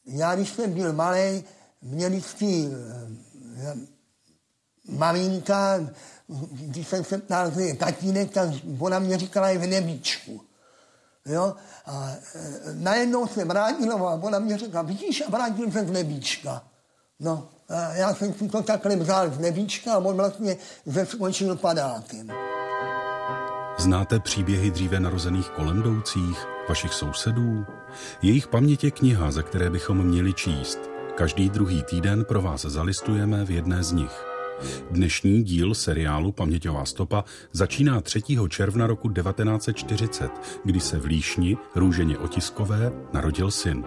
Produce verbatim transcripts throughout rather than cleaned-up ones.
Já, když jsem byl malý, mě vždycky maminka, když jsem se ptal, že je tatínek, tak ona mě říkala i v nebíčku. Jo? A najednou se vrátil a ona mě řekla, vidíš, a vrátil jsem z nebíčka. No, a já jsem si to takhle vzal z nebíčka a on vlastně zeskočil padákem. Znáte příběhy dříve narozených kolem jdoucích, vašich sousedů? Jejich paměť je kniha, ze které bychom měli číst. Každý druhý týden pro vás zalistujeme v jedné z nich. Dnešní díl seriálu Paměťová stopa začíná třetího června roku devatenáct set čtyřicet, kdy se v Líšni, Růženě Otiskové, narodil syn.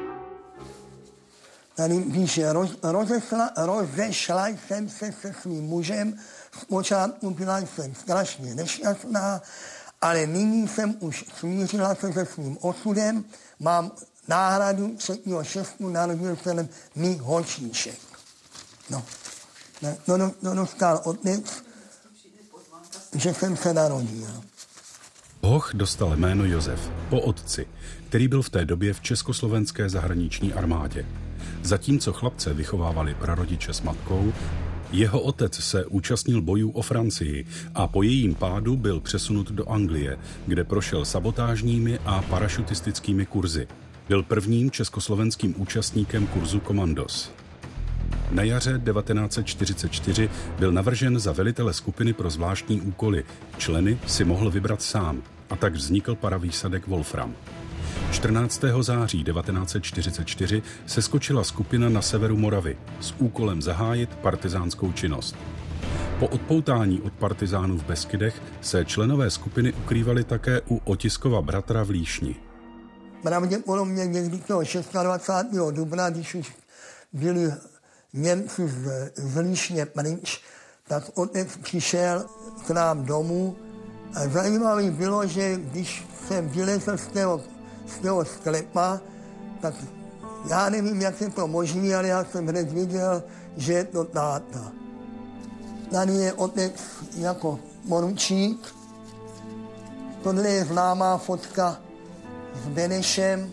Tady píše, roz, rozešla, rozešla jsem se se svým mužem, zpočátku byla jsem strašně nešťastná, ale nyní jsem už smířila se se svým osudem, mám náhradu třetího šestého narodil jsem mi holčíček. No, no, no, no dostal otec, že jsem se narodil. Hoch dostal jméno Josef po otci, který byl v té době v československé zahraniční armádě. Zatímco chlapce vychovávali prarodiče s matkou, jeho otec se účastnil bojů o Francii a po jejím pádu byl přesunut do Anglie, kde prošel sabotážními a parašutistickými kurzy. Byl prvním československým účastníkem kurzu Komandos. Na jaře devatenáct set čtyřicet čtyři byl navržen za velitele skupiny pro zvláštní úkoly. Členy si mohl vybrat sám a tak vznikl paravýsadek Wolfram. čtrnáctého září devatenáct set čtyřicet čtyři seskočila skupina na severu Moravy s úkolem zahájit partizánskou činnost. Po odpoutání od partizánů v Beskydech se členové skupiny ukrývali také u Otiskova bratra v Líšni. Pravděpodobně někdy toho dvacátého šestého dubna, když už byli Němci z, z Líšně pryč, tak otec přišel k nám domů. A zajímavé bylo, že když jsem vylezl z toho, z toho sklepa, tak já nevím, jak je to možné, ale já jsem hned viděl, že je to táta. Tady je otec jako poručík. Tohle je známá fotka s Benešem.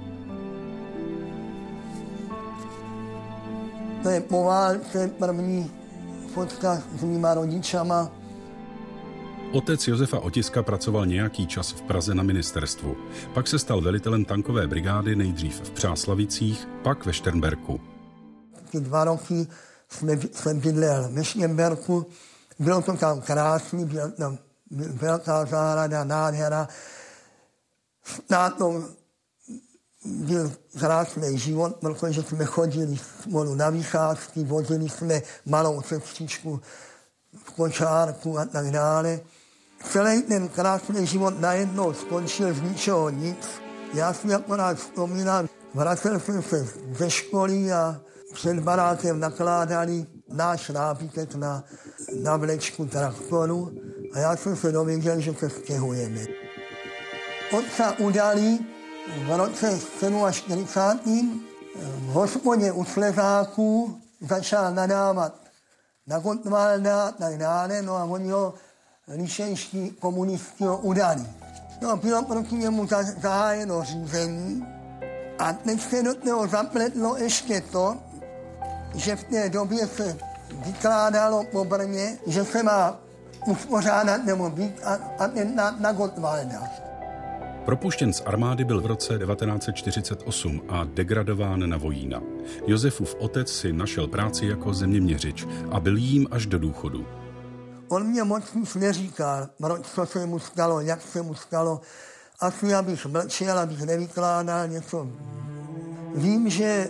To je po válce první fotka s mýma rodičama. Otec Josefa Otiska pracoval nějaký čas v Praze na ministerstvu. Pak se stal velitelem tankové brigády nejdřív v Přáslavicích, pak ve Šternberku. Ty dva roky jsme, jsem bydlel ve Šternberku. Bylo to tam krásný, byla tam velká zahrada, nádhera. Na tom byl krásný život, protože jsme chodili spolu na vycházky, vozili jsme malou cestičku v kočárku a tak dále. Celý ten krásný život najednou skončil z ničeho nic. Já si akorát vzpomínám, vracel jsem se ze školy a před barákem nakládali náš nábytek na, na vlečku traktoru a já jsem se dověděl, že se stěhujeme. Otca udali v roce čtyřicátém v hospodě u Slezáků začal nadávat na Gottwalda a tak dále, no a oni ho líšenští komunisti ho udali. No, bylo proti němu zahájeno řízení a teď se do toho zapletlo ještě to, že v té době se vykládalo po Brně, že se má uspořádat nebo být atentát na Gottwalda. Propuštěn z armády byl v roce devatenáct set čtyřicet osm a degradován na vojína. Josefův otec si našel práci jako zeměměřič a byl jím až do důchodu. On mě moc nic neříkal, co se mu stalo, jak se mu stalo. Asi abych mlčel, abych nevykládal něco. Vím, že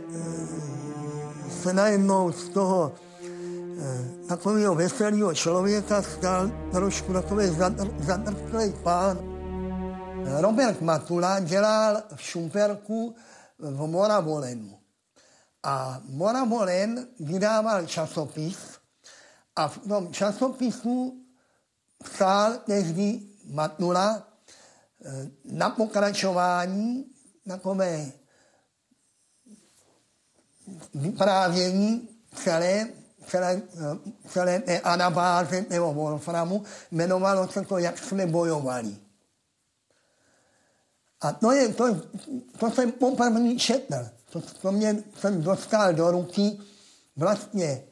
se najednou z toho takového veselého člověka stal trošku takový zadrklý pán. Robert Matula dělal v Šumperku v Moravolenu. A Moravolen vydával časopis a v tom časopisu psal tehdy Matula na pokračování takové vyprávění celé, celé, celé té anabáze nebo Wolframu. Jmenovalo se to, jak jsme bojovali. A to, je, to, to jsem poprvé četl. To, to mě jsem dostal do ruky vlastně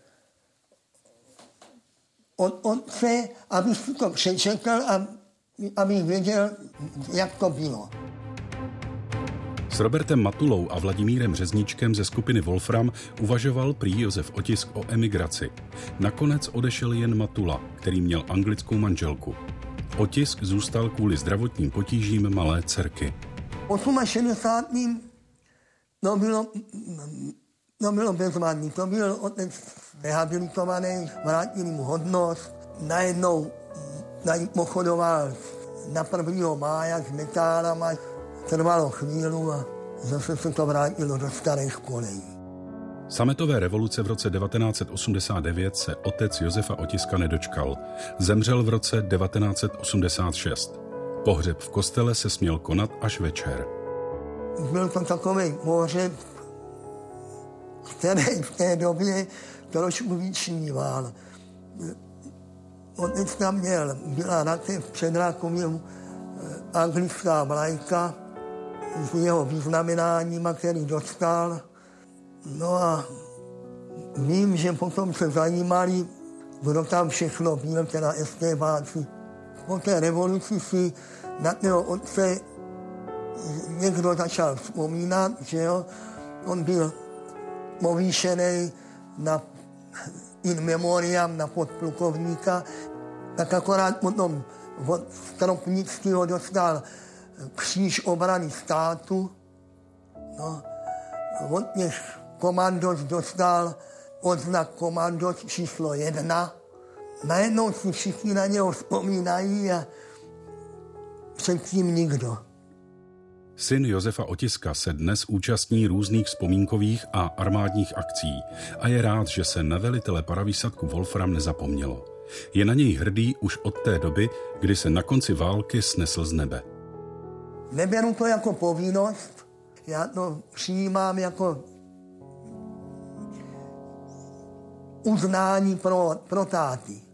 od otce, abych si to přečetl a abych věděl, jak to bylo. S Robertem Matulou a Vladimírem Řezničkem ze skupiny Wolfram uvažoval prý Josef Otisk o emigraci. Nakonec odešel jen Matula, který měl anglickou manželku. Otisk zůstal kvůli zdravotním potížím malé dcerky. šedesátým osmým to bylo, to bylo bezvadný. To byl otec rehabilitovaný, vrátili mu hodnost. Najednou pochodoval na prvního mája s metálama. Trvalo chvíli a zase se to vrátilo do starých kolejí. Sametové revoluce v roce devatenáct set osmdesát devět se otec Josefa Otiska nedočkal. Zemřel v roce devatenáct set osmdesát šest. Pohřeb v kostele se směl konat až večer. Byl to takový pohřeb, který v té době trošku vyčníval. Otec tam měl, byla na té předrákově anglická vlajka s jeho vyznamenáníma, který dostal. No a vím, že potom se zajímali, kdo tam všechno byl, teda estébáci. Po té revoluci si na tého otce někdo začal vzpomínat, že jo, on byl povýšený na in memoriam na podplukovníka, tak akorát potom od Stropnického dostal kříž obrany státu. No, od těch komandos dostal odznak komandos číslo jedna. Najednou si všichni na něho vzpomínají a předtím nikdo. Syn Josefa Otiska se dnes účastní různých vzpomínkových a armádních akcí a je rád, že se na velitele paravýsadku Wolfram nezapomnělo. Je na něj hrdý už od té doby, kdy se na konci války snesl z nebe. Neberu to jako povinnost, já to přijímám jako uznání pro, pro táty.